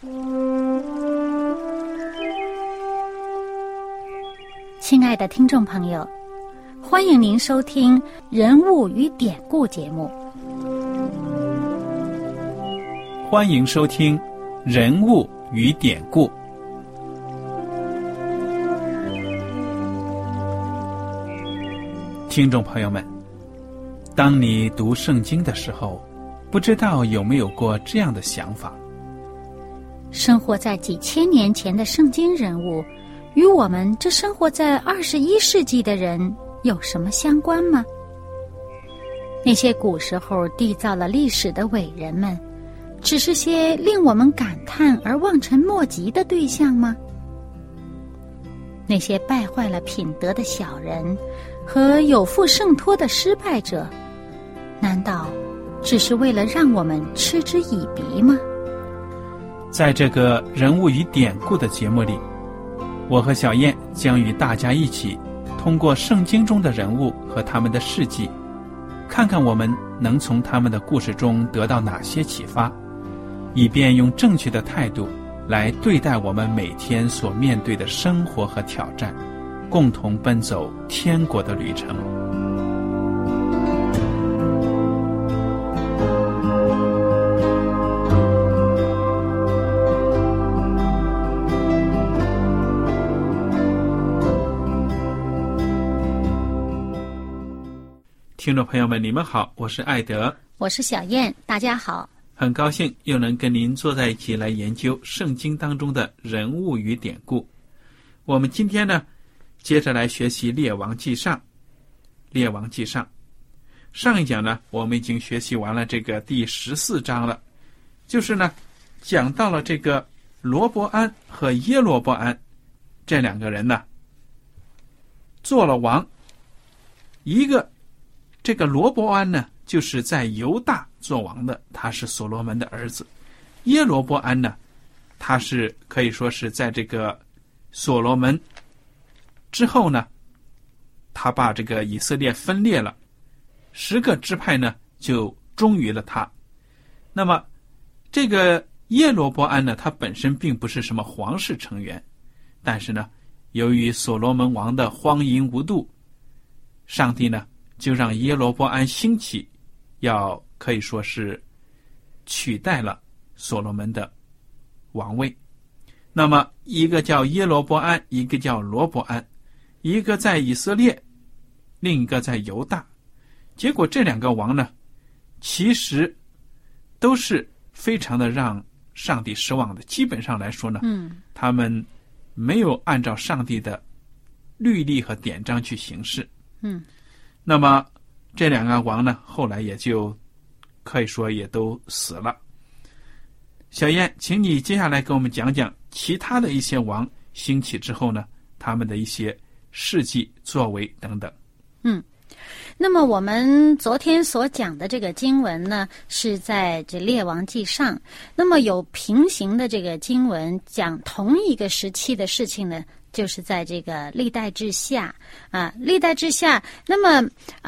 亲爱的听众朋友，欢迎您收听《人物与典故》节目。 欢迎收听《人物与典故》。听众朋友们，当你读圣经的时候，不知道有没有过这样的想法？ 生活在几千年前的圣经人物，与我们这生活在21世纪的人有什么相关吗？那些古时候缔造了历史的伟人们，只是些令我们感叹而望尘莫及的对象吗？那些败坏了品德的小人和有负圣托的失败者，难道只是为了让我们嗤之以鼻吗？ 在这个人物与典故的节目里，我和小燕将与大家一起通过圣经中的人物和他们的事迹，看看我们能从他们的故事中得到哪些启发，以便用正确的态度来对待我们每天所面对的生活和挑战，共同奔走天国的旅程。听众朋友们，你们好，我是艾德， 我是小燕，大家好。 很高兴又能跟您坐在一起来研究圣经当中的人物与典故。我们今天呢，接着来学习列王纪上。列王纪上上一讲呢，我们已经学习完了这个第14章了，就是呢讲到了这个罗伯安和耶罗伯安这两个人呢做了王。一个这个罗伯安呢，就是在犹大做王的，他是所罗门的儿子。耶罗伯安呢，他是可以说是在这个所罗门之后呢，他把这个以色列分裂了，10个支派呢就忠于了他。那么这个耶罗伯安呢，他本身并不是什么皇室成员，但是呢，由于所罗门王的荒淫无度，上帝呢就让耶罗伯安兴起，要可以说是取代了所罗门的王位。那么一个叫耶罗伯安，一个叫罗伯安，一个在以色列，另一个在犹大。结果这两个王呢，其实都是非常的让上帝失望的。基本上来说呢，他们没有按照上帝的律例和典章去行事。那么这两个王呢，后来也就可以说也都死了。小燕，请你接下来给我们讲讲其他的一些王兴起之后呢，他们的一些事迹、作为等等。 那么我们昨天所讲的这个经文呢，是在这列王纪上。那么有平行的这个经文讲同一个时期的事情呢，就是在这个历代志下历代志下。那么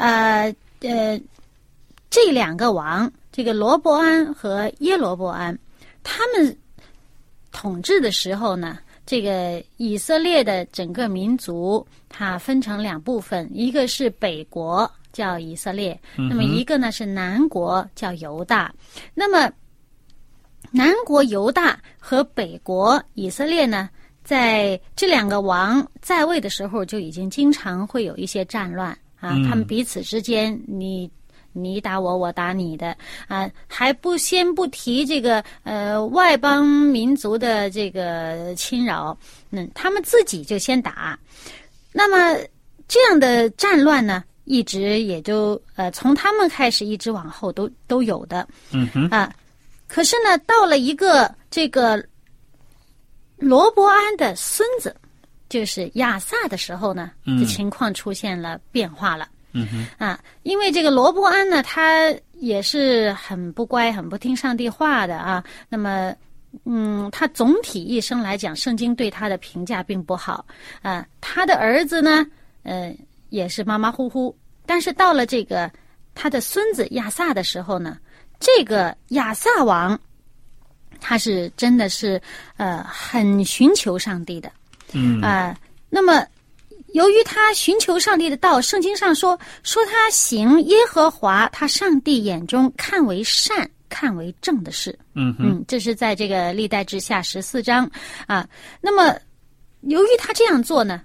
这两个王，这个罗伯安和耶罗伯安，他们统治的时候呢，这个以色列的整个民族它分成两部分，一个是北国叫以色列，那么一个呢是南国叫犹大。那么南国犹大和北国以色列呢，在这两个王在位的时候就已经经常会有一些战乱他们彼此之间你打我，我打你的还先不提这个外邦民族的这个侵扰，他们自己就先打。那么这样的战乱呢，一直也就从他们开始一直往后都有的。可是呢，到了一个这个罗伯安的孙子，就是亚撒的时候呢，这情况出现了变化了。因为这个罗伯安呢，他也是很不乖、很不听上帝话的那么，他总体一生来讲，圣经对他的评价并不好他的儿子呢，也是马马虎虎。但是到了这个他的孙子亚撒的时候呢，这个亚撒王他是真的是很寻求上帝的。那么由于他寻求上帝的道，圣经上说他行耶和华他上帝眼中看为善看为正的事。这是在这个历代志下14章啊。那么由于他这样做呢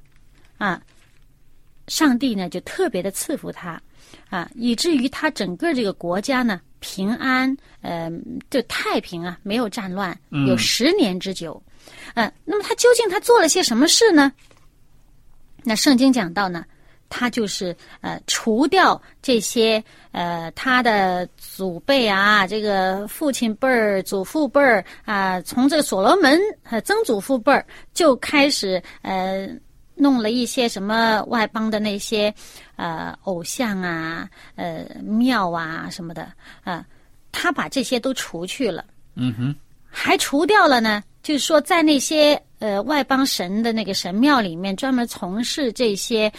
上帝呢就特别的赐福他以至于他整个这个国家呢平安，就太平啊，没有战乱，有10年之久。那么他究竟他做了些什么事呢？那圣经讲到呢，他就是除掉这些他的祖辈啊，这个父亲辈儿、祖父辈儿从这个所罗门曾祖父辈儿就开始弄了一些什么外邦的那些偶像啊、庙啊什么的他把这些都除去了。还除掉了呢，就是说在那些外邦神的那个神庙里面专门从事这些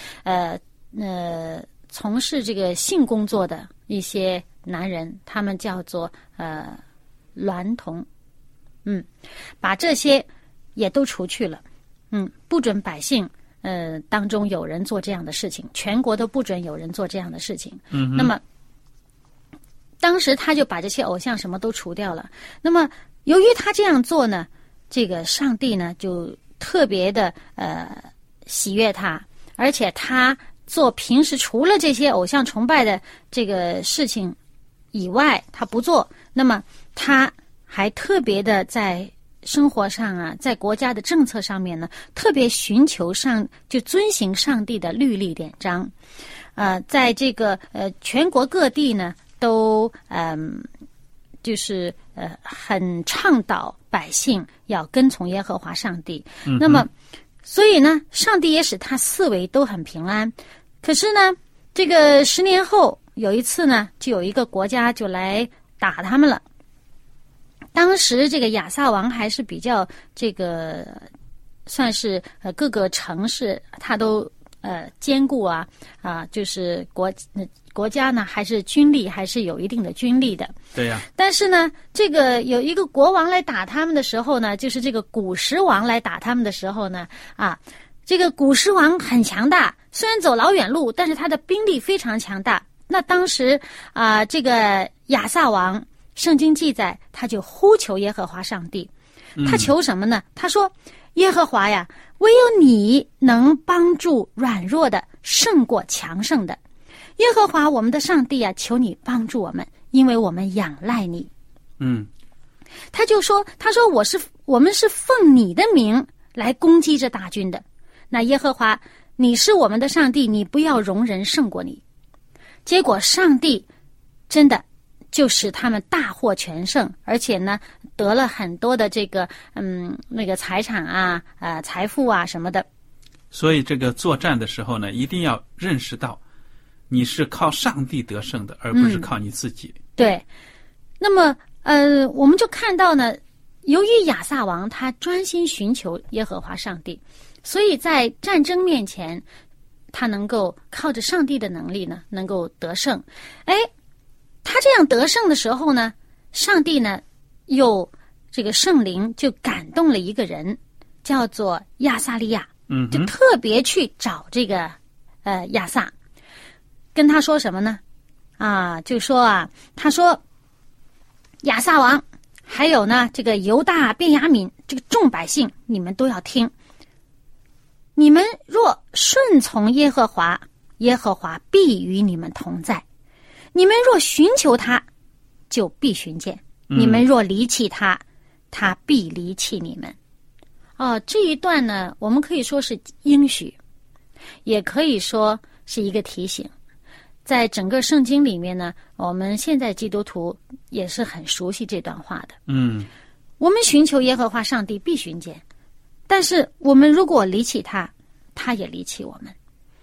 从事这个性工作的一些男人，他们叫做娈童。把这些也都除去了。不准百姓当中有人做这样的事情，全国都不准有人做这样的事情。那么当时他就把这些偶像什么都除掉了。那么由于他这样做呢，这个上帝呢就特别的喜悦他，而且他做平时除了这些偶像崇拜的这个事情以外他不做，那么他还特别的在生活上在国家的政策上面呢，特别寻求就遵行上帝的律例典章。在这个全国各地呢都就是很倡导百姓要跟从耶和华上帝。那么所以呢，上帝也使他四围都很平安。可是呢，这个10年后有一次呢，就有一个国家就来打他们了。当时这个亚萨王还是比较这个算是各个城市他都兼顾就是国家呢还是军力还是有一定的军力的。 对呀。 但是呢，这个有一个国王来打他们的时候呢，就是这个古时王来打他们的时候呢，这个古时王很强大，虽然走老远路，但是他的兵力非常强大。那当时这个亚萨王，圣经记载他就呼求耶和华上帝。他求什么呢？他说，耶和华呀，唯有你能帮助软弱的胜过强盛的。耶和华我们的上帝啊，求你帮助我们，因为我们仰赖你。他说我们是奉你的名来攻击这大军的。那耶和华，你是我们的上帝，你不要容人胜过你。结果上帝真的就使他们大获全胜，而且呢得了很多的这个那个财产财富什么的。 所以这个作战的时候呢，一定要认识到你是靠上帝得胜的，而不是靠你自己。 对。那么我们就看到呢，由于亚萨王他专心寻求耶和华上帝，所以在战争面前他能够靠着上帝的能力呢能够得胜。他这样得胜的时候呢，上帝呢又这个圣灵就感动了一个人，叫做亚撒利亚。就特别去找这个亚撒，跟他说什么呢？就说他说，亚撒王还有呢这个犹大便雅悯这个众百姓，你们都要听。你们若顺从耶和华，耶和华必与你们同在。你们若寻求他，就必寻见；你们若离弃他，他必离弃你们。这一段呢，我们可以说是应许，也可以说是一个提醒。在整个圣经里面呢，我们现在基督徒也是很熟悉这段话的。我们寻求耶和华上帝必寻见，但是我们如果离弃他，他也离弃我们。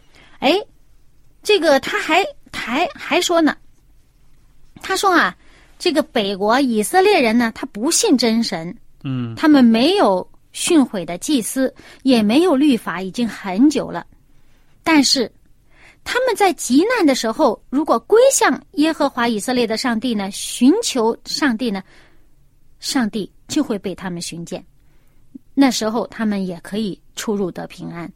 这个他还说呢，他说这个北国以色列人呢，他不信真神，他们没有训诲的祭司，也没有律法，已经很久了。但是他们在极难的时候，如果归向耶和华以色列的上帝呢，寻求上帝呢，上帝就会被他们寻见，那时候他们也可以出入得平安。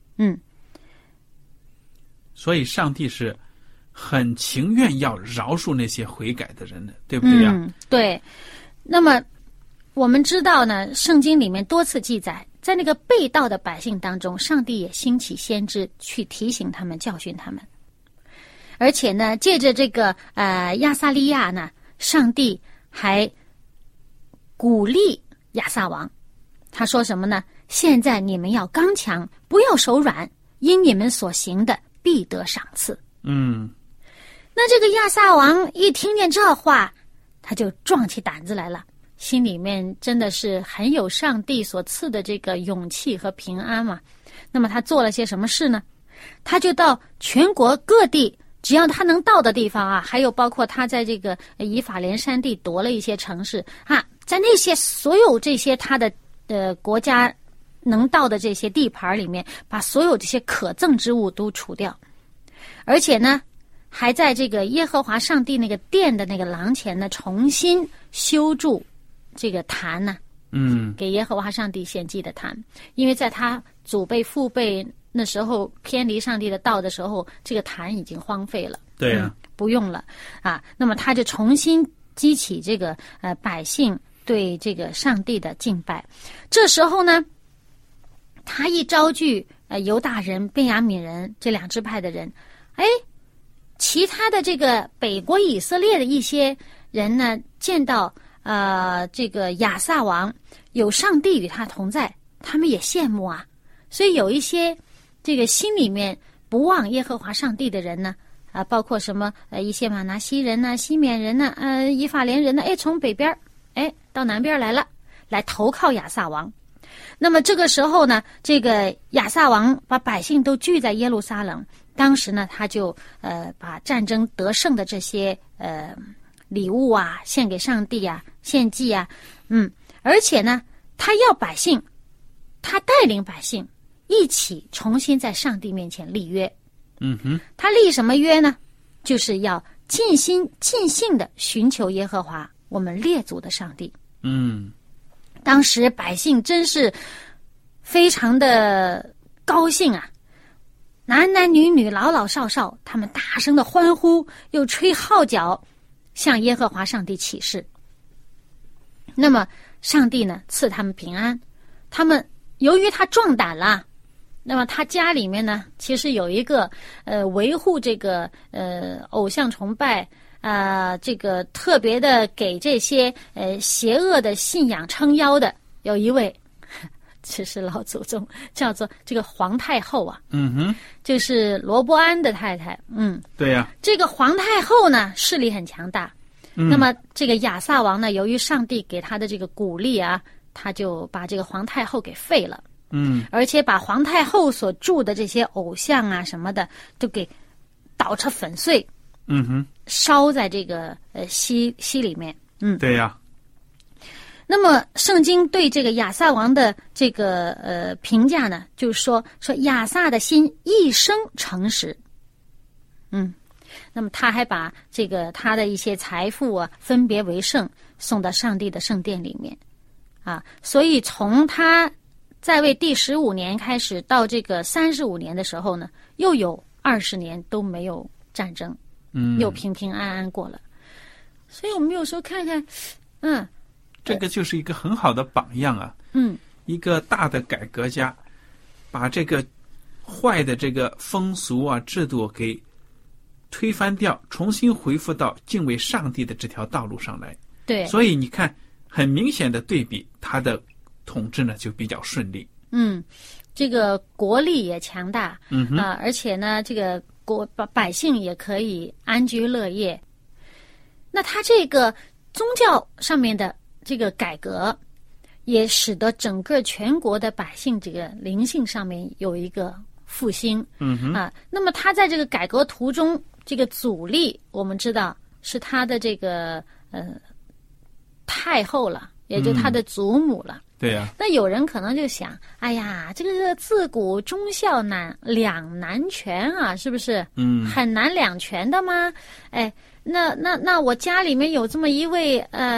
所以上帝是很情愿要饶恕那些悔改的人的，对不对呀？ 对。那么我们知道呢，圣经里面多次记载，在那个被盗的百姓当中，上帝也兴起先知去提醒他们、教训他们。而且呢，借着这个亚撒利亚呢，上帝还鼓励亚撒王，他说什么呢？现在你们要刚强，不要手软，因你们所行的必得赏赐。那这个亚撒王一听见这话，他就壮起胆子来了，心里面真的是很有上帝所赐的这个勇气和平安嘛。那么他做了些什么事呢？他就到全国各地，只要他能到的地方啊，还有包括他在这个以法莲山地夺了一些城市啊，在那些所有这些他的国家能到的这些地盘里面，把所有这些可憎之物都除掉，而且呢，还在这个耶和华上帝那个殿的那个廊前呢，重新修筑这个坛呢，给耶和华上帝献祭的坛，因为在他祖辈父辈那时候偏离上帝的道的时候，这个坛已经荒废了， 对呀， 不用了啊。那么他就重新激起这个百姓对这个上帝的敬拜。这时候呢，他一招聚犹大人、便雅悯人这两支派的人，其他的这个北国以色列的一些人呢，见到这个亚撒王有上帝与他同在，他们也羡慕啊。所以有一些这个心里面不忘耶和华上帝的人呢，包括什么一些玛拿西人呢、西缅人呢、以法莲人呢，从北边到南边来了，来投靠亚撒王。那么这个时候呢，这个亚撒王把百姓都聚在耶路撒冷，当时呢，他就把战争得胜的这些礼物啊献给上帝啊，献祭啊，而且呢，他要百姓，他带领百姓一起重新在上帝面前立约。他立什么约呢？就是要尽心尽性的寻求耶和华我们列祖的上帝。当时百姓真是非常的高兴啊，男男女女、老老少少，他们大声的欢呼，又吹号角，向耶和华上帝起誓。那么上帝呢，赐他们平安。他们由于他壮胆了，那么他家里面呢，其实有一个维护这个偶像崇拜这个特别的给这些邪恶的信仰撑腰的，有一位其实老祖宗叫做这个皇太后啊，就是罗波安的太太。 对呀， 这个皇太后呢势力很强大。那么这个亚撒王呢，由于上帝给他的这个鼓励啊，他就把这个皇太后给废了。而且把皇太后所铸的这些偶像啊什么的都给捣成粉碎，烧在这个溪里面。 对呀。 那么圣经对这个亚撒王的这个评价呢，就是说亚撒的心一生诚实。那么他还把这个他的一些财富啊分别为圣，送到上帝的圣殿里面啊。所以从他在位第15年开始到这个35年的时候呢，又有20年都没有战争，又平平安安过了。所以我们有时候看看， 这个就是一个很好的榜样啊。一个大的改革家，把这个坏的这个风俗啊制度给推翻掉，重新恢复到敬畏上帝的这条道路上来。 对， 所以你看，很明显的对比，他的统治呢就比较顺利。 这个国力也强大，而且呢，这个百姓也可以安居乐业。那他这个宗教上面的这个改革，也使得整个全国的百姓这个灵性上面有一个复兴。那么他在这个改革途中，这个阻力我们知道是他的这个太后了，也就他的祖母了。 对呀。 那有人可能就想，哎呀，这个自古忠孝两难全啊，是不是？很难两全的吗？那我家里面有这么一位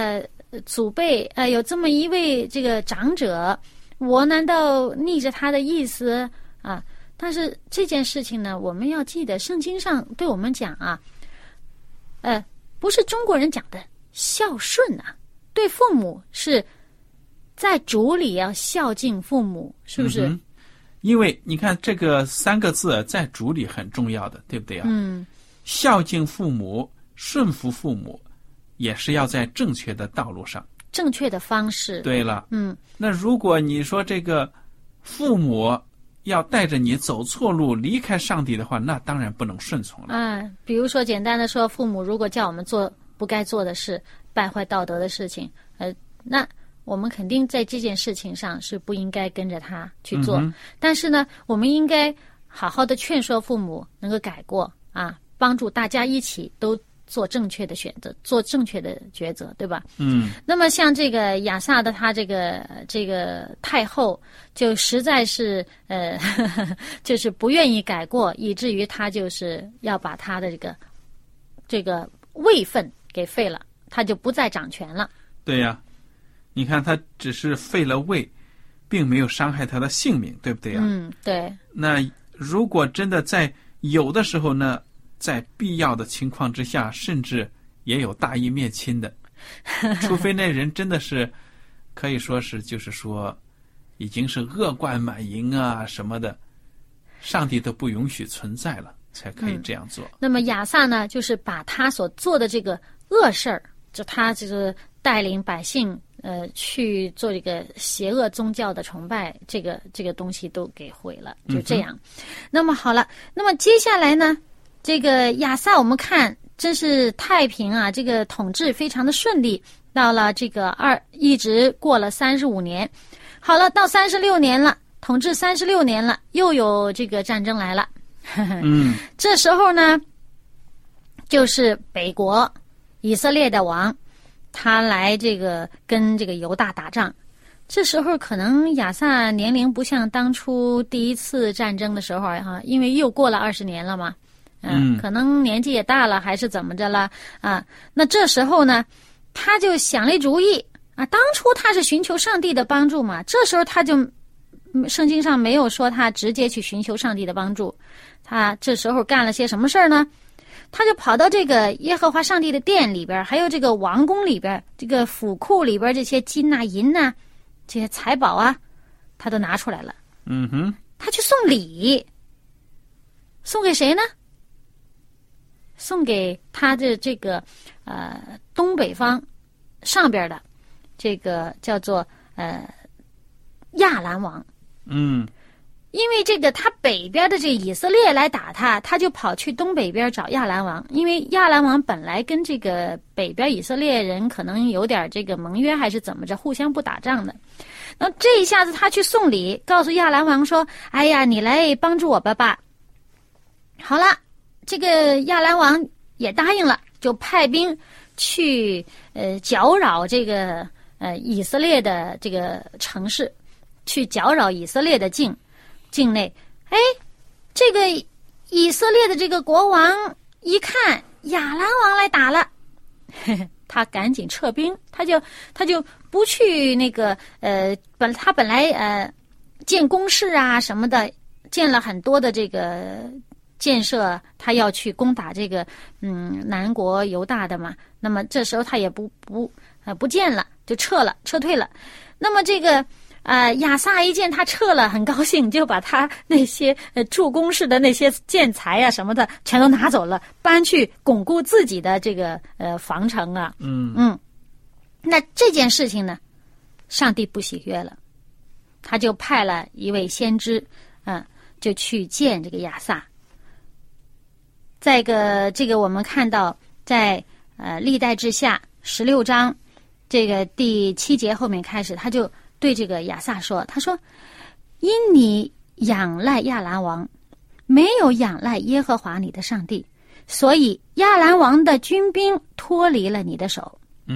祖辈有这么一位这个长者，我难道逆着他的意思啊？但是这件事情呢，我们要记得圣经上对我们讲啊，不是中国人讲的孝顺啊，对父母是在主里要孝敬父母，是不是？ 因为你看这个3个字在主里很重要的，对不对啊？孝敬父母、顺服父母，也是要在正确的道路上， 正确的方式。 对了，那如果你说这个父母要带着你走错路，离开上帝的话，那当然不能顺从了。 比如说简单的说，父母如果叫我们做不该做的事，败坏道德的事情，那我们肯定在这件事情上是不应该跟着他去做。但是呢，我们应该好好的劝说父母能够改过啊，帮助大家一起都做正确的选择，做正确的抉择，对吧？那么像这个亚萨的他这个太后，就实在是就是不愿意改过，以至于他就是要把他的这个位分给废了，他就不再掌权了。 对呀，你看他只是废了位，并没有伤害他的性命，对不对呀？ 对。 那如果真的在有的时候呢，在必要的情况之下，甚至也有大义灭亲的，除非那人真的是可以说是就是说已经是恶贯满盈啊什么的，上帝都不允许存在了，才可以这样做。 那么亚萨呢，就是把他所做的这个恶事儿，就他这个带领百姓去做这个邪恶宗教的崇拜，这个东西都给毁了，就这样。那么好了，那么接下来呢，这个亚萨我们看真是太平啊，这个统治非常的顺利，到了这个一直过了35年。好了，到36年了，统治36年了，又有这个战争来了。这时候呢，就是北国以色列的王，他来这个跟这个犹大打仗。这时候可能亚萨年龄不像当初第一次战争的时候哈，因为又过了20年了嘛，可能年纪也大了，还是怎么着了啊？那这时候呢，他就想了一主意啊。当初他是寻求上帝的帮助嘛，这时候他就圣经上没有说他直接去寻求上帝的帮助，他这时候干了些什么事儿呢？他就跑到这个耶和华上帝的殿里边，还有这个王宫里边，这个府库里边这些金啊银啊这些财宝啊，他都拿出来了。他去送礼，送给谁呢？送给他的这个东北方上边的这个叫做亚兰王。因为这个他北边的这以色列来打他，他就跑去东北边找亚兰王，因为亚兰王本来跟这个北边以色列人可能有点这个盟约还是怎么着，互相不打仗的。那这一下子他去送礼，告诉亚兰王说：“哎呀，你来帮助我吧。”好了，这个亚兰王也答应了，就派兵去搅扰这个以色列的这个城市，去搅扰以色列的境内。这个以色列的这个国王一看亚兰王来打了，他赶紧撤兵，他就不去那个他本来建工事啊什么的，建了很多的这个建设，他要去攻打这个南国犹大的嘛。那么这时候他也不建了，就撤退了。那么这个亚萨一见他撤了，很高兴，就把他那些筑工事的那些建材啊什么的全都拿走了，搬去巩固自己的这个防城啊。那这件事情呢，上帝不喜悦了，他就派了一位先知，就去见这个亚萨。再这个我们看到在历代志下16章这个第7节后面开始，他就对这个亚萨说，他说：“因你仰赖亚兰王，没有仰赖耶和华你的上帝，所以亚兰王的军兵脱离了你的手。”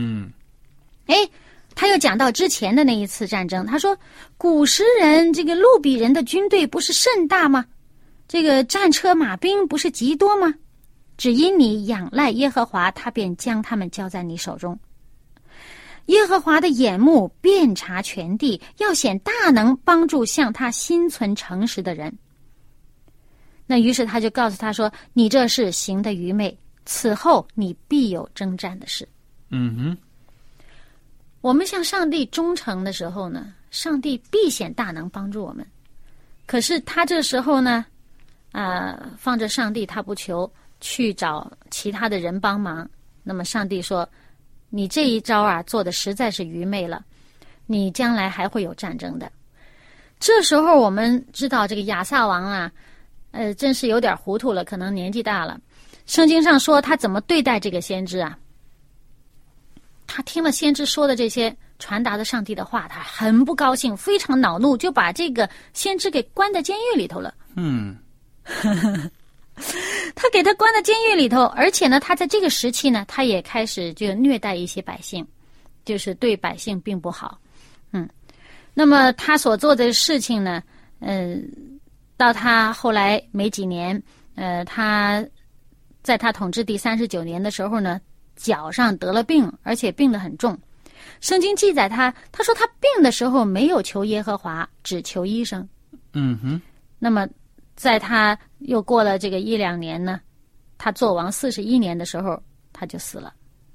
他又讲到之前的那一次战争，他说：“古时人这个路比人的军队不是甚大吗？这个战车马兵不是极多吗？只因你仰赖耶和华，他便将他们交在你手中。” 耶和华的眼目遍察全地，要显大能，帮助向他心存诚实的人。那于是他就告诉他说，你这事行的愚昧，此后你必有征战的事。我们向上帝忠诚的时候呢，上帝必显大能帮助我们。可是他这时候呢放着上帝他不求，去找其他的人帮忙。那么上帝说，你这一招做的实在是愚昧了，你将来还会有战争的。这时候我们知道这个亚撒王真是有点糊涂了，可能年纪大了。圣经上说他怎么对待这个先知他听了先知说的这些传达的上帝的话，他很不高兴，非常恼怒，就把这个先知给关在监狱里头了。他给他关在监狱里头，而且呢，他在这个时期呢，他也开始就虐待一些百姓，就是对百姓并不好。那么他所做的事情呢，到他后来没几年，他在他统治第39年的时候呢，脚上得了病，而且病得很重。圣经记载他说他病的时候没有求耶和华，只求医生。那么在他又过了这个1-2年呢，他做王41年的时候，他就死了。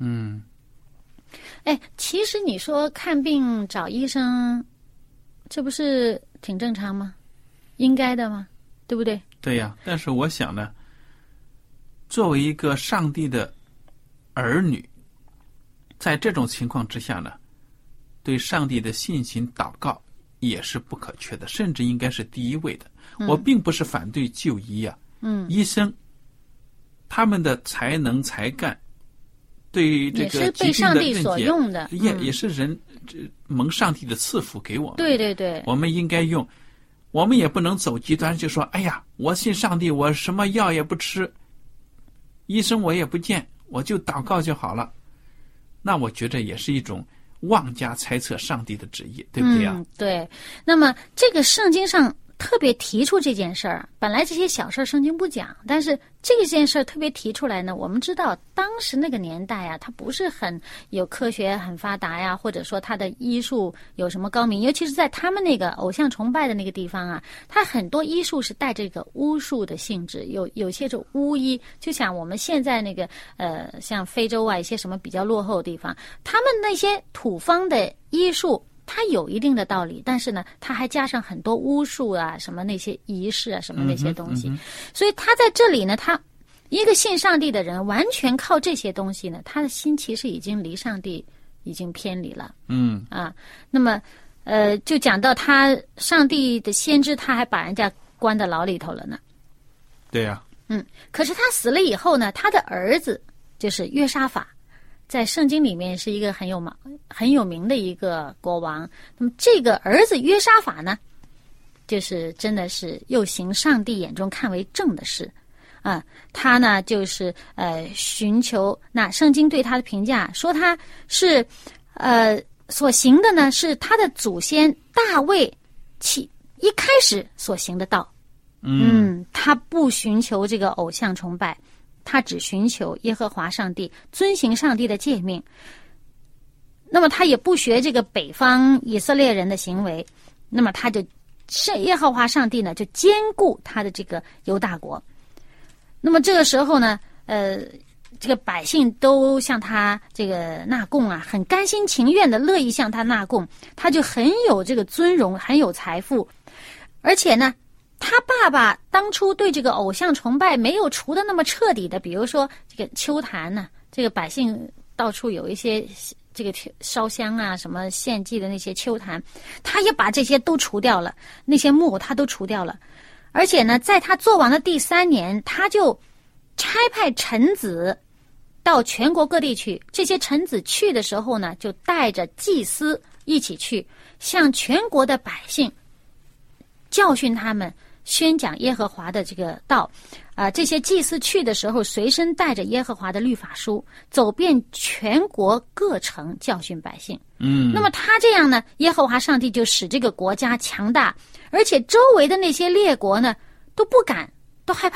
其实你说看病找医生，这不是挺正常吗？应该的吗？对不对？ 对呀，但是我想呢，作为一个上帝的儿女，在这种情况之下呢，对上帝的信心祷告也是不可缺的，甚至应该是第一位的。我并不是反对就医医生他们的才能才干，对于这个疾病的认解，也是被上帝所用的，也是人蒙上帝的赐福给我们。 对对对， 我们应该用，我们也不能走极端，就说哎呀，我信上帝，我什么药也不吃，医生我也不见，我就祷告就好了。那我觉得也是一种妄加猜测上帝的旨意，对不对啊？ 对。那么这个圣经上特别提出这件事儿，本来这些小事圣经不讲，但是这件事特别提出来呢。我们知道当时那个年代它不是很有科学很发达呀，或者说它的医术有什么高明，尤其是在他们那个偶像崇拜的那个地方它很多医术是带这个巫术的性质，有些是巫医，就像我们现在那个像非洲一些什么比较落后的地方，他们那些土方的医术它有一定的道理，但是呢，它还加上很多巫术什么那些仪式什么那些东西，所以他在这里呢，他一个信上帝的人，完全靠这些东西呢，他的心其实已经离上帝已经偏离了。那么就讲到他上帝的先知，他还把人家关到牢里头了呢。 对呀。 可是他死了以后呢，他的儿子就是约沙法。在圣经里面是一个很有名的一个国王。那么这个儿子约沙法呢，就是真的是又行上帝眼中看为正的事他呢就是寻求，那圣经对他的评价说他是所行的呢是他的祖先大卫一开始所行的道。他不寻求这个偶像崇拜，他只寻求耶和华上帝，遵行上帝的诫命。那么他也不学这个北方以色列人的行为，那么他就是耶和华上帝呢就兼顾他的这个犹大国。那么这个时候呢这个百姓都向他这个纳贡很甘心情愿的乐意向他纳贡，他就很有这个尊荣，很有财富。而且呢，他爸爸当初对这个偶像崇拜没有除的那么彻底的，比如说这个丘坛这个百姓到处有一些这个烧香什么献祭的那些丘坛，他也把这些都除掉了，那些木偶他都除掉了。而且呢，在他做王的第3年，他就差派臣子到全国各地去。这些臣子去的时候呢，就带着祭司一起去，向全国的百姓教训他们，宣讲耶和华的这个道。这些祭司去的时候，随身带着耶和华的律法书，走遍全国各城，教训百姓。那么他这样呢，耶和华上帝就使这个国家强大，而且周围的那些列国呢都不敢，都害怕，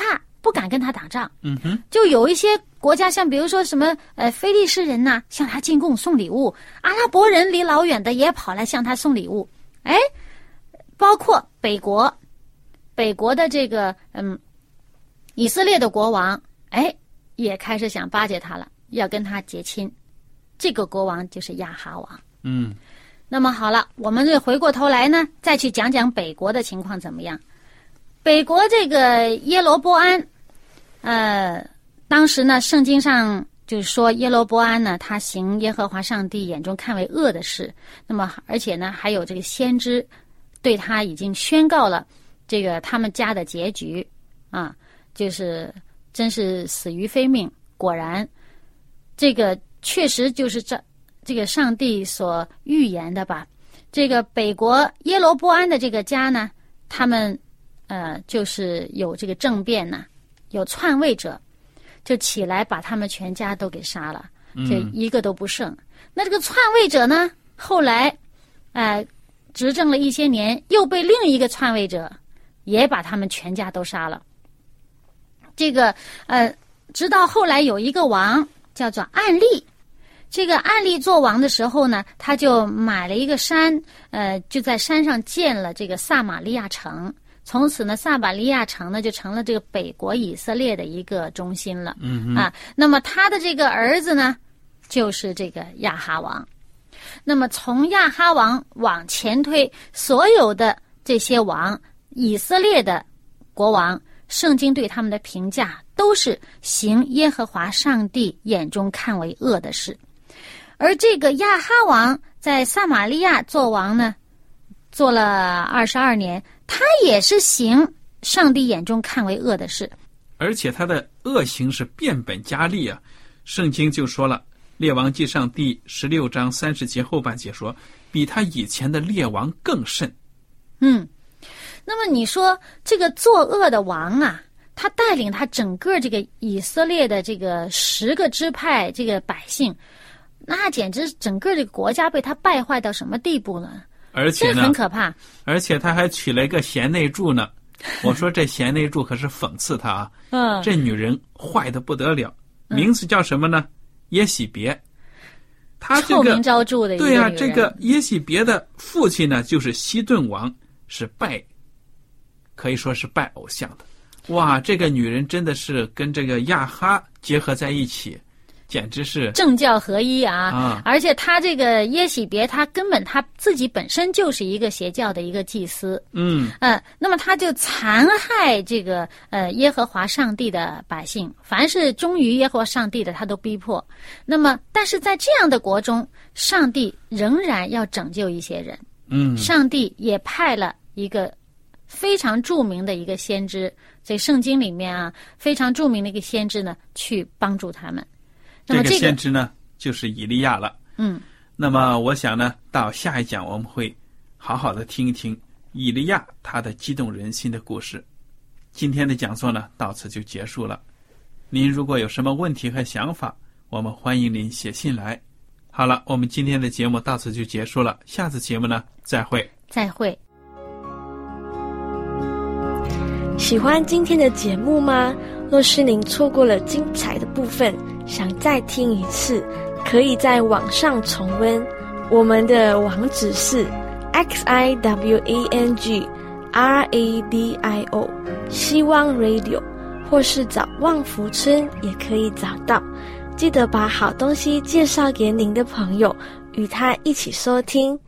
不敢跟他打仗。就有一些国家，像比如说什么非利士人呐，向他进贡送礼物，阿拉伯人离老远的也跑来向他送礼物。包括北国的这个以色列的国王，也开始想巴结他了，要跟他结亲。这个国王就是亚哈王。那么好了，我们回过头来呢，再去讲讲北国的情况怎么样。北国这个耶罗波安，当时呢，圣经上就是说耶罗波安呢，他行耶和华上帝眼中看为恶的事。那么而且呢，还有这个先知对他已经宣告了这个他们家的结局啊，就是真是死于非命。果然，这个确实就是这个上帝所预言的吧。这个北国耶罗波安的这个家呢，他们就是有这个政变呢，有篡位者，就起来把他们全家都给杀了，这一个都不剩。那这个篡位者呢，后来执政了一些年，又被另一个篡位者也把他们全家都杀了。这个直到后来有一个王叫做暗利，这个暗利做王的时候呢，他就买了一个山，就在山上建了这个撒玛利亚城。从此呢，撒玛利亚城呢就成了这个北国以色列的一个中心了。那么他的这个儿子呢，就是这个亚哈王。那么从亚哈王往前推，所有的这些王，以色列的国王，圣经对他们的评价都是行耶和华上帝眼中看为恶的事。而这个亚哈王在撒玛利亚做王呢，做了22年，他也是行上帝眼中看为恶的事， 而且他的恶行是变本加厉啊。圣经就说了，列王记上第16章30节后半节说，比他以前的列王更甚。 那么你说这个作恶的王啊，他带领他整个这个以色列的这个10个支派这个百姓，那简直整个这个国家被他败坏到什么地步呢？ 而且呢， 很可怕。 而且他还娶了一个贤内助呢。我说这贤内助可是讽刺他啊。这女人坏得不得了，名字叫什么呢？耶洗别。他这个臭名昭著的一个女人。 对啊，这个耶洗别的父亲呢，就是西顿王，是可以说是拜偶像的。哇，这个女人真的是跟这个亚哈结合在一起，简直是政教合一啊！而且他这个耶洗别，他根本他自己本身就是一个邪教的一个祭司。那么他就残害这个耶和华上帝的百姓，凡是忠于耶和华上帝的，他都逼迫。那么，但是在这样的国中，上帝仍然要拯救一些人。上帝也派了一个非常著名的一个先知，在圣经里面啊，非常著名的一个先知呢，去帮助他们。那么这个先知呢，就是以利亚了。那么我想呢，到下一讲我们会好好的听一听以利亚他的激动人心的故事。今天的讲座呢，到此就结束了。您如果有什么问题和想法，我们欢迎您写信来。好了，我们今天的节目到此就结束了。下次节目呢，再会。 再会。 喜欢今天的节目吗？若是您错过了精彩的部分，想再听一次，可以在网上重温。我们的网址是 xiwangradio 希望 radio， 或是找旺福村也可以找到。记得把好东西介绍给您的朋友，与他一起收听。